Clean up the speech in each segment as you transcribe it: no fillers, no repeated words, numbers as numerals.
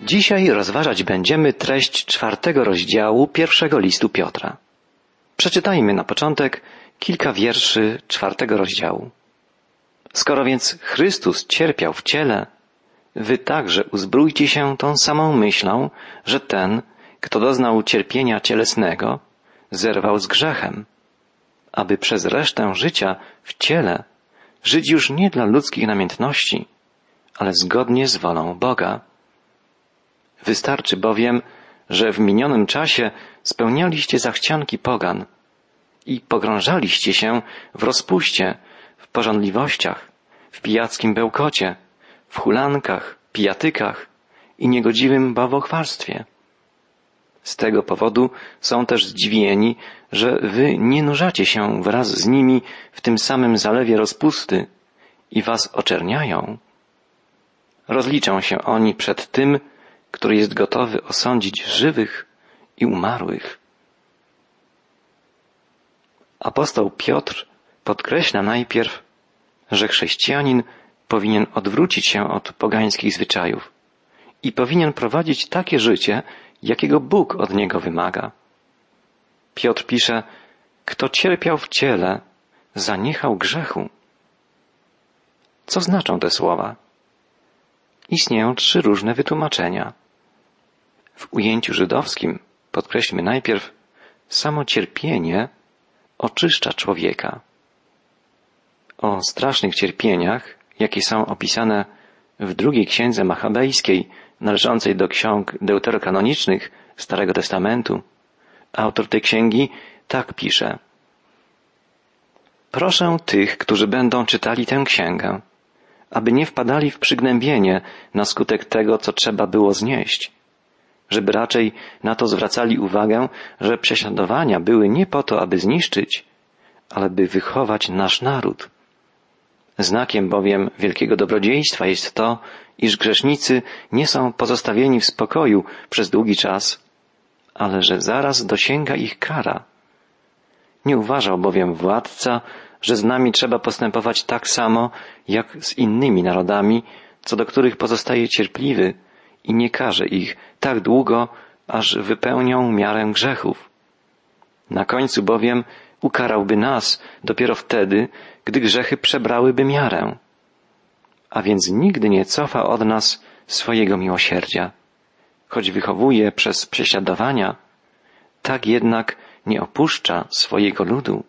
Dzisiaj rozważać będziemy treść 4 rozdziału 1 listu Piotra. Przeczytajmy na początek kilka wierszy 4 rozdziału. Skoro więc Chrystus cierpiał w ciele, wy także uzbrójcie się tą samą myślą, że ten, kto doznał cierpienia cielesnego, zerwał z grzechem, aby przez resztę życia w ciele żyć już nie dla ludzkich namiętności, ale zgodnie z wolą Boga. Wystarczy bowiem, że w minionym czasie spełnialiście zachcianki pogan i pogrążaliście się w rozpuście, w pożądliwościach, w pijackim bełkocie, w hulankach, pijatykach i niegodziwym bałwochwalstwie. Z tego powodu są też zdziwieni, że wy nie nurzacie się wraz z nimi w tym samym zalewie rozpusty i was oczerniają. Rozliczą się oni przed tym, który jest gotowy osądzić żywych i umarłych. Apostoł Piotr podkreśla najpierw, że chrześcijanin powinien odwrócić się od pogańskich zwyczajów i powinien prowadzić takie życie, jakiego Bóg od niego wymaga. Piotr pisze, kto cierpiał w ciele, zaniechał grzechu. Co znaczą te słowa? Istnieją 3 różne wytłumaczenia. W ujęciu żydowskim, podkreślmy najpierw, samo cierpienie oczyszcza człowieka. O strasznych cierpieniach, jakie są opisane w drugiej księdze machabejskiej, należącej do ksiąg deuterokanonicznych Starego Testamentu, autor tej księgi tak pisze. Proszę tych, którzy będą czytali tę księgę, aby nie wpadali w przygnębienie na skutek tego, co trzeba było znieść, żeby raczej na to zwracali uwagę, że prześladowania były nie po to, aby zniszczyć, ale by wychować nasz naród. Znakiem bowiem wielkiego dobrodziejstwa jest to, iż grzesznicy nie są pozostawieni w spokoju przez długi czas, ale że zaraz dosięga ich kara. Nie uważał bowiem władca, że z nami trzeba postępować tak samo, jak z innymi narodami, co do których pozostaje cierpliwy i nie karze ich tak długo, aż wypełnią miarę grzechów. Na końcu bowiem ukarałby nas dopiero wtedy, gdy grzechy przebrałyby miarę. A więc nigdy nie cofa od nas swojego miłosierdzia. Choć wychowuje przez prześladowania, tak jednak nie opuszcza swojego ludu.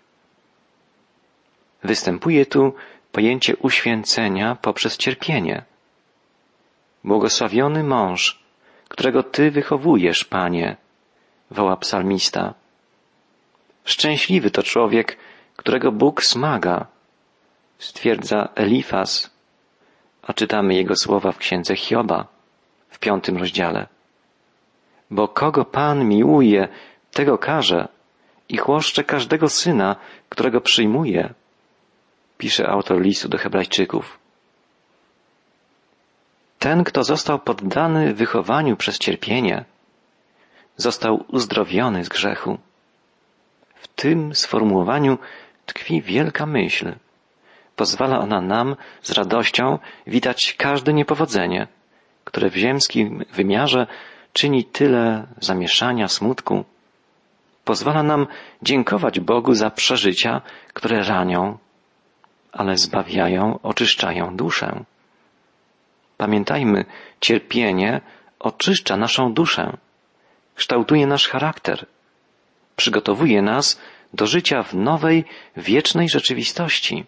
Występuje tu pojęcie uświęcenia poprzez cierpienie. Błogosławiony mąż, którego Ty wychowujesz, Panie, woła psalmista. Szczęśliwy to człowiek, którego Bóg smaga, stwierdza Elifaz, a czytamy jego słowa w księdze Hioba w 5 rozdziale. Bo kogo Pan miłuje, tego karze i chłoszcze każdego syna, którego przyjmuje, pisze autor listu do Hebrajczyków. Ten, kto został poddany wychowaniu przez cierpienie, został uzdrowiony z grzechu. W tym sformułowaniu tkwi wielka myśl. Pozwala ona nam z radością witać każde niepowodzenie, które w ziemskim wymiarze czyni tyle zamieszania, smutku. Pozwala nam dziękować Bogu za przeżycia, które ranią, ale zbawiają, oczyszczają duszę. Pamiętajmy, cierpienie oczyszcza naszą duszę, kształtuje nasz charakter, przygotowuje nas do życia w nowej, wiecznej rzeczywistości.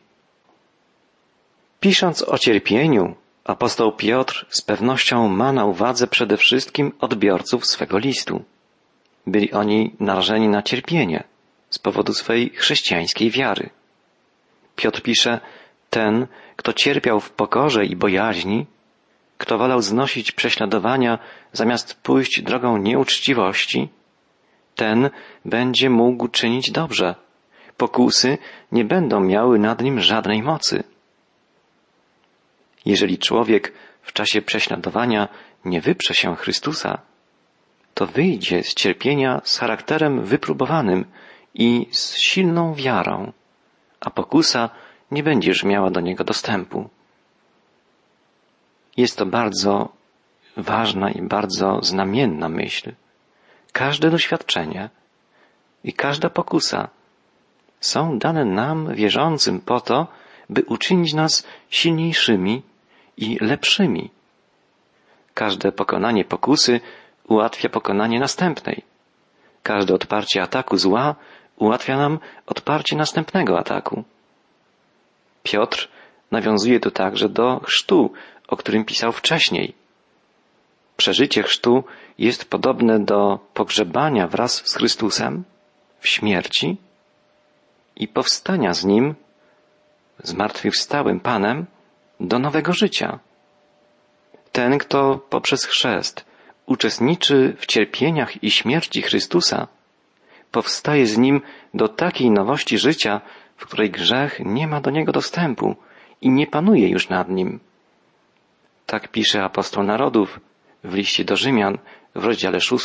Pisząc o cierpieniu, apostoł Piotr z pewnością ma na uwadze przede wszystkim odbiorców swego listu. Byli oni narażeni na cierpienie z powodu swej chrześcijańskiej wiary. Piotr pisze, ten, kto cierpiał w pokorze i bojaźni, kto wolał znosić prześladowania zamiast pójść drogą nieuczciwości, ten będzie mógł czynić dobrze. Pokusy nie będą miały nad nim żadnej mocy. Jeżeli człowiek w czasie prześladowania nie wyprze się Chrystusa, to wyjdzie z cierpienia z charakterem wypróbowanym i z silną wiarą, a pokusa nie będzie już miała do niego dostępu. Jest to bardzo ważna i bardzo znamienna myśl. Każde doświadczenie i każda pokusa są dane nam, wierzącym, po to, by uczynić nas silniejszymi i lepszymi. Każde pokonanie pokusy ułatwia pokonanie następnej. Każde odparcie ataku zła ułatwia nam odparcie następnego ataku. Piotr nawiązuje tu także do chrztu, o którym pisał wcześniej. Przeżycie chrztu jest podobne do pogrzebania wraz z Chrystusem w śmierci i powstania z Nim, zmartwychwstałym Panem, do nowego życia. Ten, kto poprzez chrzest uczestniczy w cierpieniach i śmierci Chrystusa, powstaje z Nim do takiej nowości życia, w której grzech nie ma do niego dostępu i nie panuje już nad nim. Tak pisze apostoł narodów w liście do Rzymian w rozdziale 6.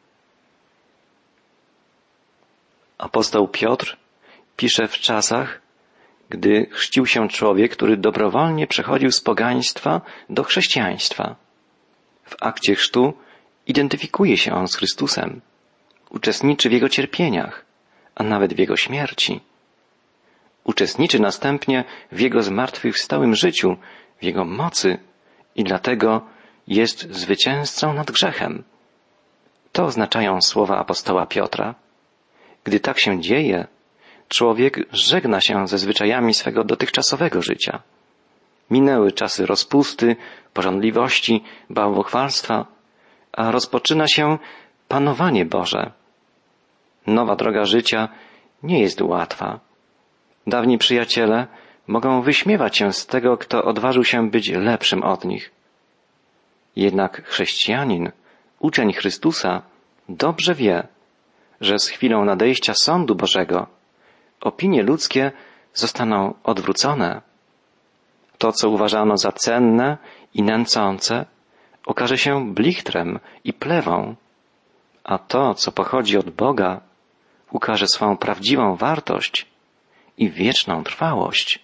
Apostoł Piotr pisze w czasach, gdy chrzcił się człowiek, który dobrowolnie przechodził z pogaństwa do chrześcijaństwa. W akcie chrztu identyfikuje się on z Chrystusem, uczestniczy w Jego cierpieniach, a nawet w Jego śmierci. Uczestniczy następnie w Jego zmartwychwstałym życiu, w Jego mocy i dlatego jest zwycięzcą nad grzechem. To oznaczają słowa apostoła Piotra. Gdy tak się dzieje, człowiek żegna się ze zwyczajami swego dotychczasowego życia. Minęły czasy rozpusty, pożądliwości, bałwochwalstwa, a rozpoczyna się panowanie Boże. Nowa droga życia nie jest łatwa. Dawni przyjaciele mogą wyśmiewać się z tego, kto odważył się być lepszym od nich. Jednak chrześcijanin, uczeń Chrystusa, dobrze wie, że z chwilą nadejścia sądu Bożego opinie ludzkie zostaną odwrócone. To, co uważano za cenne i nęcące, okaże się blichtrem i plewą, a to, co pochodzi od Boga, ukaże swą prawdziwą wartość i wieczną trwałość.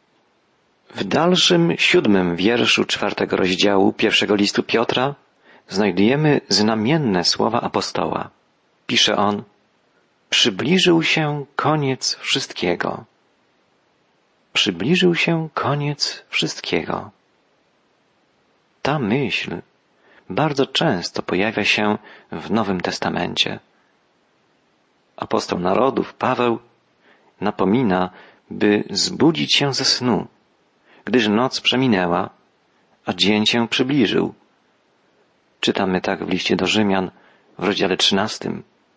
W dalszym 7. wierszu 4. rozdziału 1. listu Piotra znajdujemy znamienne słowa apostoła. Pisze on: przybliżył się koniec wszystkiego. Przybliżył się koniec wszystkiego. Ta myśl bardzo często pojawia się w Nowym Testamencie. Apostoł narodów Paweł napomina, by zbudzić się ze snu, gdyż noc przeminęła, a dzień się przybliżył. Czytamy tak w liście do Rzymian w rozdziale 13.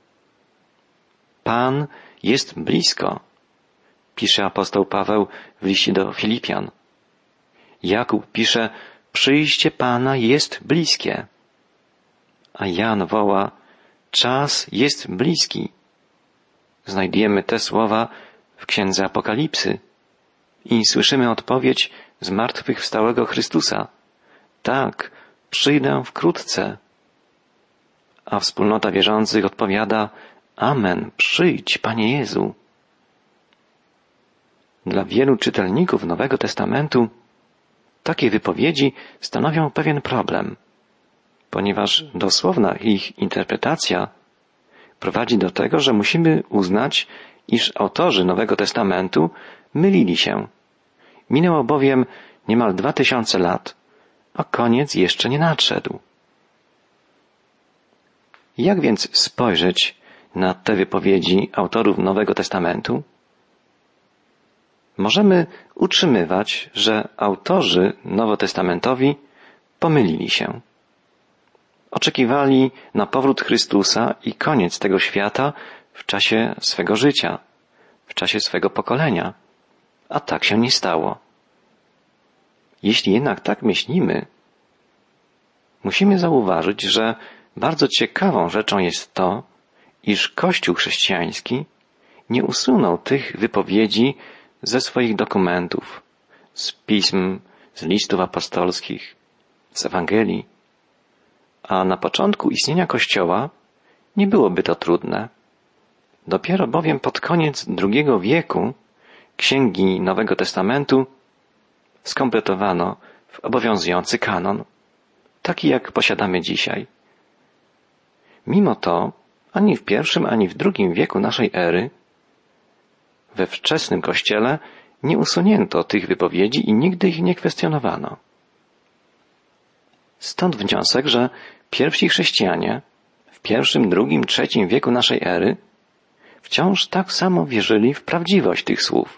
Pan jest blisko, pisze apostoł Paweł w liście do Filipian. Jakub pisze: przyjście Pana jest bliskie. A Jan woła: czas jest bliski. Znajdujemy te słowa w Księdze Apokalipsy i słyszymy odpowiedź zmartwychwstałego Chrystusa: tak, przyjdę wkrótce. A wspólnota wierzących odpowiada: amen, przyjdź, Panie Jezu. Dla wielu czytelników Nowego Testamentu takie wypowiedzi stanowią pewien problem, ponieważ dosłowna ich interpretacja prowadzi do tego, że musimy uznać, iż autorzy Nowego Testamentu mylili się. Minęło bowiem niemal 2000 lat, a koniec jeszcze nie nadszedł. Jak więc spojrzeć na te wypowiedzi autorów Nowego Testamentu? Możemy utrzymywać, że autorzy nowotestamentowi pomylili się. Oczekiwali na powrót Chrystusa i koniec tego świata w czasie swego życia, w czasie swego pokolenia, a tak się nie stało. Jeśli jednak tak myślimy, musimy zauważyć, że bardzo ciekawą rzeczą jest to, iż Kościół chrześcijański nie usunął tych wypowiedzi ze swoich dokumentów, z pism, z listów apostolskich, z Ewangelii. A na początku istnienia Kościoła nie byłoby to trudne. Dopiero bowiem pod koniec II wieku księgi Nowego Testamentu skompletowano w obowiązujący kanon. taki jak posiadamy dzisiaj. Mimo to ani w I, ani w II wieku naszej ery we wczesnym Kościele nie usunięto tych wypowiedzi i nigdy ich nie kwestionowano. Stąd wniosek, że pierwsi chrześcijanie w I, II, III wieku naszej ery wciąż tak samo wierzyli w prawdziwość tych słów.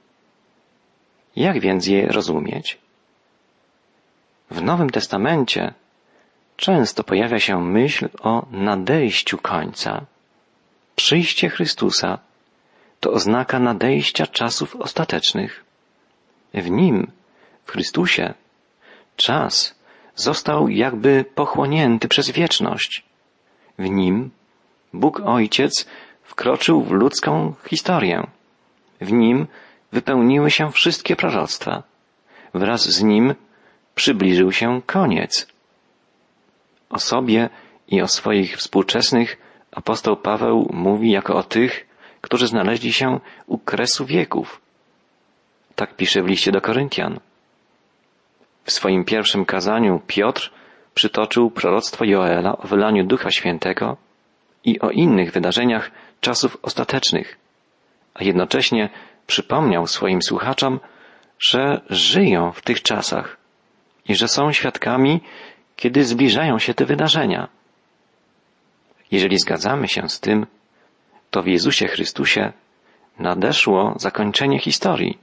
Jak więc je rozumieć? W Nowym Testamencie często pojawia się myśl o nadejściu końca. Przyjście Chrystusa to oznaka nadejścia czasów ostatecznych. W Nim, w Chrystusie, czas został jakby pochłonięty przez wieczność. W Nim Bóg Ojciec wkroczył w ludzką historię. W Nim wypełniły się wszystkie proroctwa. Wraz z Nim przybliżył się koniec. O sobie i o swoich współczesnych apostoł Paweł mówi jako o tych, którzy znaleźli się u kresu wieków. Tak pisze w liście do Koryntian. W swoim pierwszym kazaniu Piotr przytoczył proroctwo Joela o wylaniu Ducha Świętego i o innych wydarzeniach czasów ostatecznych, a jednocześnie przypomniał swoim słuchaczom, że żyją w tych czasach i że są świadkami, kiedy zbliżają się te wydarzenia. Jeżeli zgadzamy się z tym, to w Jezusie Chrystusie nadeszło zakończenie historii.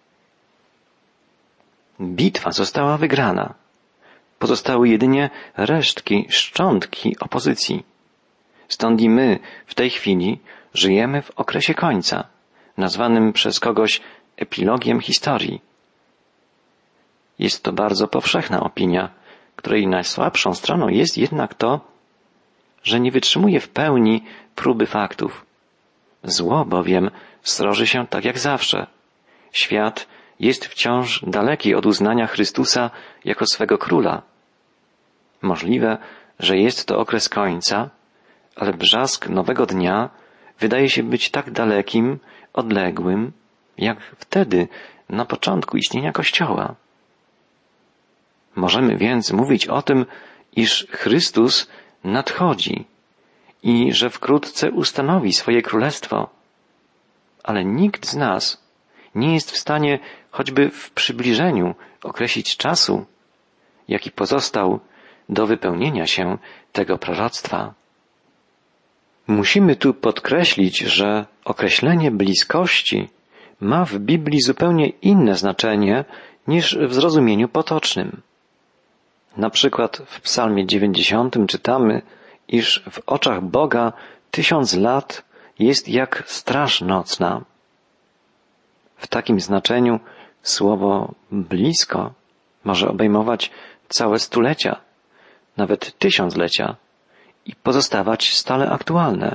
Bitwa została wygrana. Pozostały jedynie resztki, szczątki opozycji. Stąd i my w tej chwili żyjemy w okresie końca, nazwanym przez kogoś epilogiem historii. Jest to bardzo powszechna opinia, której najsłabszą stroną jest jednak to, że nie wytrzymuje w pełni próby faktów. Zło bowiem sroży się tak jak zawsze. Świat jest wciąż daleki od uznania Chrystusa jako swego króla. Możliwe, że jest to okres końca, ale brzask nowego dnia wydaje się być tak dalekim, odległym, jak wtedy, na początku istnienia Kościoła. Możemy więc mówić o tym, iż Chrystus nadchodzi i że wkrótce ustanowi swoje królestwo. Ale nikt z nas nie jest w stanie choćby w przybliżeniu określić czasu, jaki pozostał do wypełnienia się tego proroctwa. Musimy tu podkreślić, że określenie bliskości ma w Biblii zupełnie inne znaczenie niż w zrozumieniu potocznym. Na przykład w Psalmie 90 czytamy, iż w oczach Boga 1000 lat jest jak straż nocna. W takim znaczeniu słowo blisko może obejmować całe stulecia, nawet tysiąclecia i pozostawać stale aktualne.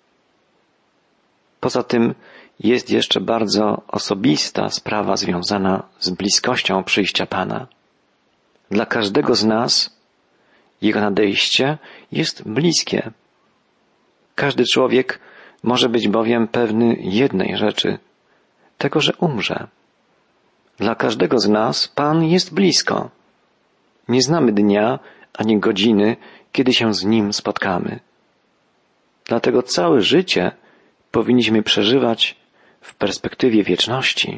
Poza tym jest jeszcze bardzo osobista sprawa związana z bliskością przyjścia Pana. Dla każdego z nas Jego nadejście jest bliskie. Każdy człowiek może być bowiem pewny jednej rzeczy, tego, że umrze. Dla każdego z nas Pan jest blisko. Nie znamy dnia ani godziny, kiedy się z Nim spotkamy. Dlatego całe życie powinniśmy przeżywać w perspektywie wieczności.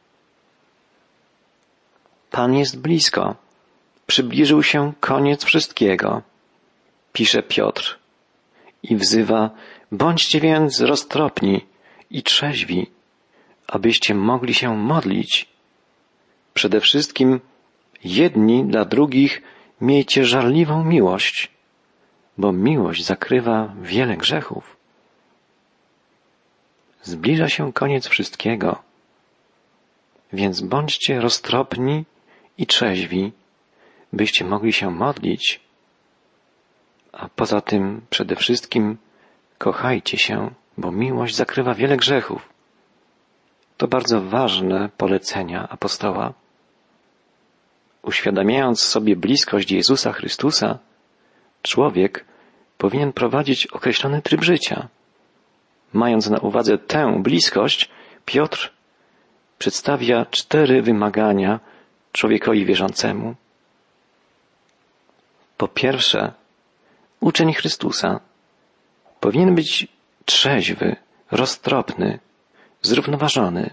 Pan jest blisko. Przybliżył się koniec wszystkiego, pisze Piotr i wzywa: bądźcie więc roztropni i trzeźwi, abyście mogli się modlić. Przede wszystkim jedni dla drugich miejcie żarliwą miłość, bo miłość zakrywa wiele grzechów. Zbliża się koniec wszystkiego, więc bądźcie roztropni i trzeźwi, byście mogli się modlić, a poza tym przede wszystkim kochajcie się, bo miłość zakrywa wiele grzechów. To bardzo ważne polecenia apostoła. Uświadamiając sobie bliskość Jezusa Chrystusa, człowiek powinien prowadzić określony tryb życia. Mając na uwadze tę bliskość, Piotr przedstawia 4 wymagania człowiekowi wierzącemu. Po pierwsze, uczeń Chrystusa powinien być trzeźwy, roztropny, zrównoważony.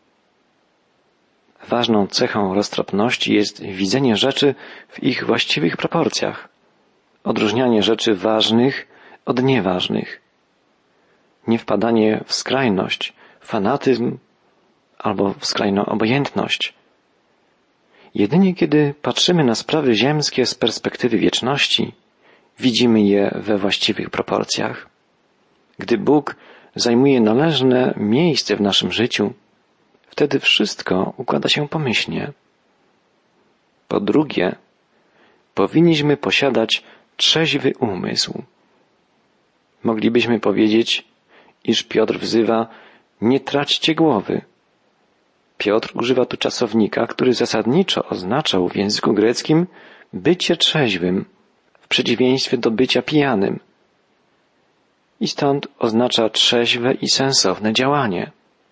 Ważną cechą roztropności jest widzenie rzeczy w ich właściwych proporcjach, odróżnianie rzeczy ważnych od nieważnych, nie wpadanie w skrajność, fanatyzm albo w skrajną obojętność. Jedynie kiedy patrzymy na sprawy ziemskie z perspektywy wieczności, widzimy je we właściwych proporcjach. Gdy Bóg zajmuje należne miejsce w naszym życiu, wtedy wszystko układa się pomyślnie. Po drugie, powinniśmy posiadać trzeźwy umysł. Moglibyśmy powiedzieć, iż Piotr wzywa: nie traćcie głowy. Piotr używa tu czasownika, który zasadniczo oznaczał w języku greckim bycie trzeźwym, w przeciwieństwie do bycia pijanym. I stąd oznacza trzeźwe i sensowne działanie.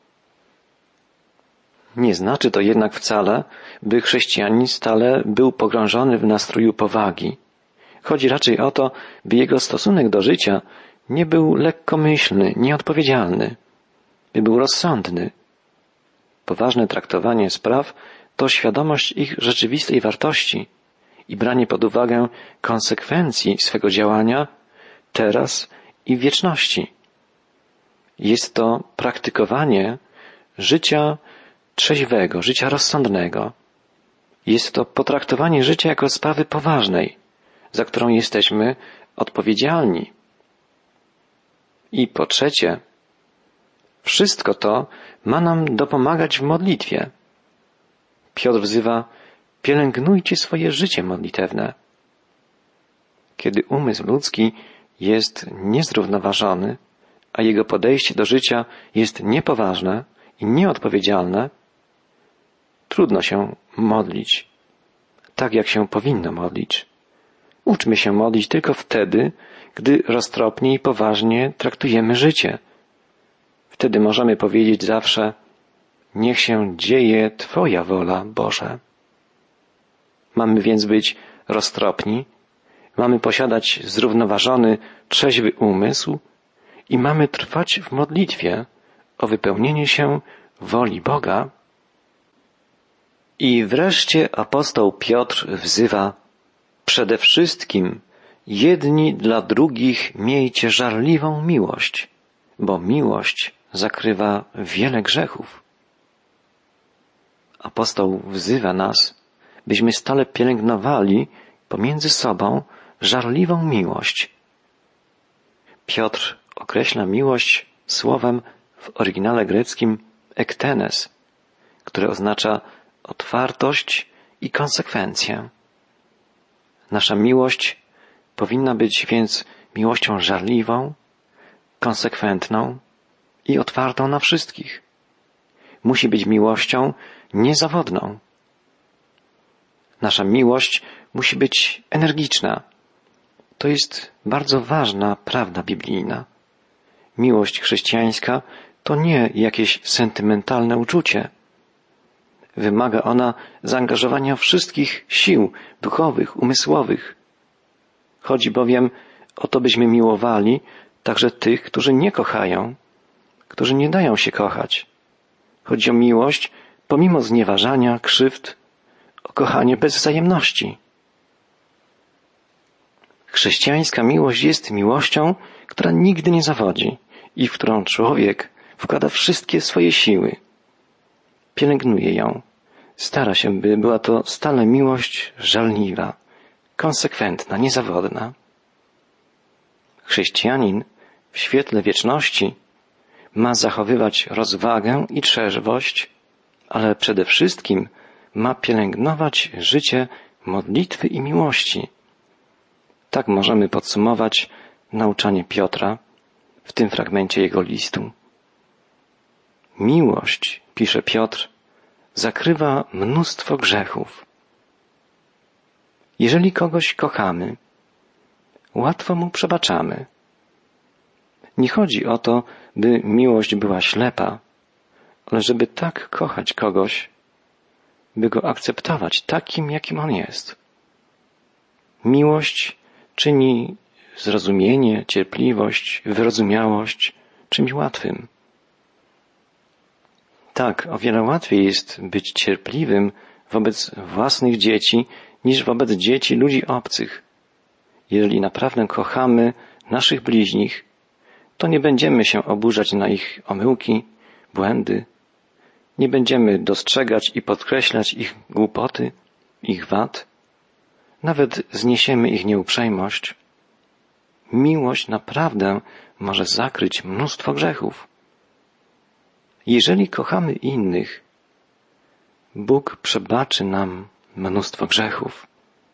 Nie znaczy to jednak wcale, by chrześcijanin stale był pogrążony w nastroju powagi. Chodzi raczej o to, by jego stosunek do życia nie był lekkomyślny, nieodpowiedzialny, by był rozsądny. Poważne traktowanie spraw to świadomość ich rzeczywistej wartości i branie pod uwagę konsekwencji swego działania teraz i w wieczności. Jest to praktykowanie życia trzeźwego, życia rozsądnego. Jest to potraktowanie życia jako sprawy poważnej, za którą jesteśmy odpowiedzialni. I po trzecie, wszystko to ma nam dopomagać w modlitwie. Piotr wzywa: pielęgnujcie swoje życie modlitewne. Kiedy umysł ludzki jest niezrównoważony, a jego podejście do życia jest niepoważne i nieodpowiedzialne, trudno się modlić tak, jak się powinno modlić. Uczmy się modlić tylko wtedy, gdy roztropnie i poważnie traktujemy życie. Wtedy możemy powiedzieć zawsze: niech się dzieje Twoja wola, Boże. Mamy więc być roztropni, mamy posiadać zrównoważony, trzeźwy umysł i mamy trwać w modlitwie o wypełnienie się woli Boga. I wreszcie apostoł Piotr wzywa: przede wszystkim jedni dla drugich miejcie żarliwą miłość, bo miłość zakrywa wiele grzechów. Apostoł wzywa nas, byśmy stale pielęgnowali pomiędzy sobą żarliwą miłość. Piotr określa miłość słowem w oryginale greckim ektenes, które oznacza otwartość i konsekwencję. Nasza miłość powinna być więc miłością żarliwą, konsekwentną i otwartą na wszystkich. Musi być miłością niezawodną. Nasza miłość musi być energiczna. To jest bardzo ważna prawda biblijna. Miłość chrześcijańska to nie jakieś sentymentalne uczucie. Wymaga ona zaangażowania wszystkich sił duchowych, umysłowych. Chodzi bowiem o to, byśmy miłowali także tych, którzy nie kochają, którzy nie dają się kochać. Chodzi o miłość pomimo znieważania, krzywd, o kochanie bez wzajemności. Chrześcijańska miłość jest miłością, która nigdy nie zawodzi i w którą człowiek wkłada wszystkie swoje siły. Pielęgnuje ją. Stara się, by była to stale miłość żarliwa, konsekwentna, niezawodna. Chrześcijanin w świetle wieczności ma zachowywać rozwagę i trzeźwość, ale przede wszystkim ma pielęgnować życie modlitwy i miłości. Tak możemy podsumować nauczanie Piotra w tym fragmencie jego listu. Miłość, pisze Piotr, zakrywa mnóstwo grzechów. Jeżeli kogoś kochamy, łatwo mu przebaczamy. Nie chodzi o to, by miłość była ślepa, ale żeby tak kochać kogoś, by go akceptować takim, jakim on jest. Miłość czyni zrozumienie, cierpliwość, wyrozumiałość czymś łatwym. Tak, o wiele łatwiej jest być cierpliwym wobec własnych dzieci niż wobec dzieci ludzi obcych. Jeżeli naprawdę kochamy naszych bliźnich, to nie będziemy się oburzać na ich omyłki, błędy, nie będziemy dostrzegać i podkreślać ich głupoty, ich wad, nawet zniesiemy ich nieuprzejmość. Miłość naprawdę może zakryć mnóstwo grzechów. Jeżeli kochamy innych, Bóg przebaczy nam mnóstwo grzechów.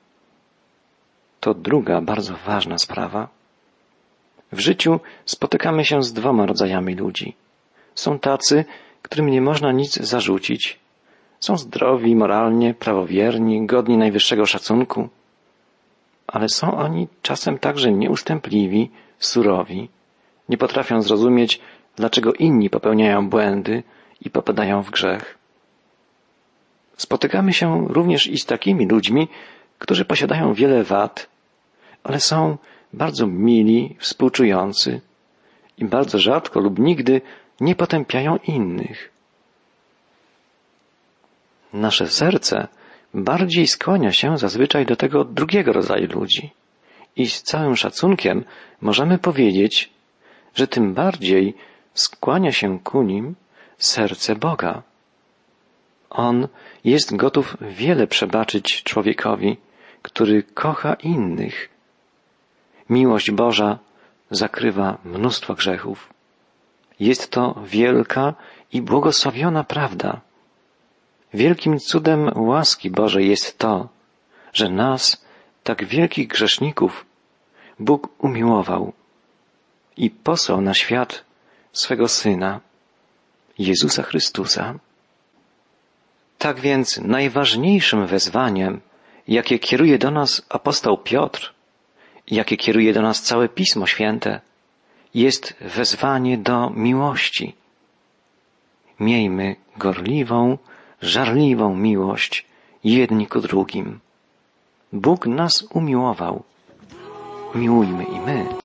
To druga bardzo ważna sprawa. W życiu spotykamy się z dwoma rodzajami ludzi. Są tacy, którym nie można nic zarzucić. Są zdrowi, moralnie, prawowierni, godni najwyższego szacunku. Ale są oni czasem także nieustępliwi, surowi. Nie potrafią zrozumieć, dlaczego inni popełniają błędy i popadają w grzech. Spotykamy się również i z takimi ludźmi, którzy posiadają wiele wad, ale są bardzo mili, współczujący i bardzo rzadko lub nigdy nie potępiają innych. Nasze serce bardziej skłania się zazwyczaj do tego drugiego rodzaju ludzi i z całym szacunkiem możemy powiedzieć, że tym bardziej skłania się ku nim serce Boga. On jest gotów wiele przebaczyć człowiekowi, który kocha innych. Miłość Boża zakrywa mnóstwo grzechów. Jest to wielka i błogosławiona prawda. Wielkim cudem łaski Bożej jest to, że nas, tak wielkich grzeszników, Bóg umiłował i posłał na świat swego Syna, Jezusa Chrystusa. Tak więc najważniejszym wezwaniem, jakie kieruje do nas apostoł Piotr, jakie kieruje do nas całe Pismo Święte, jest wezwanie do miłości. Miejmy gorliwą, żarliwą miłość jedni ku drugim. Bóg nas umiłował. Miłujmy i my.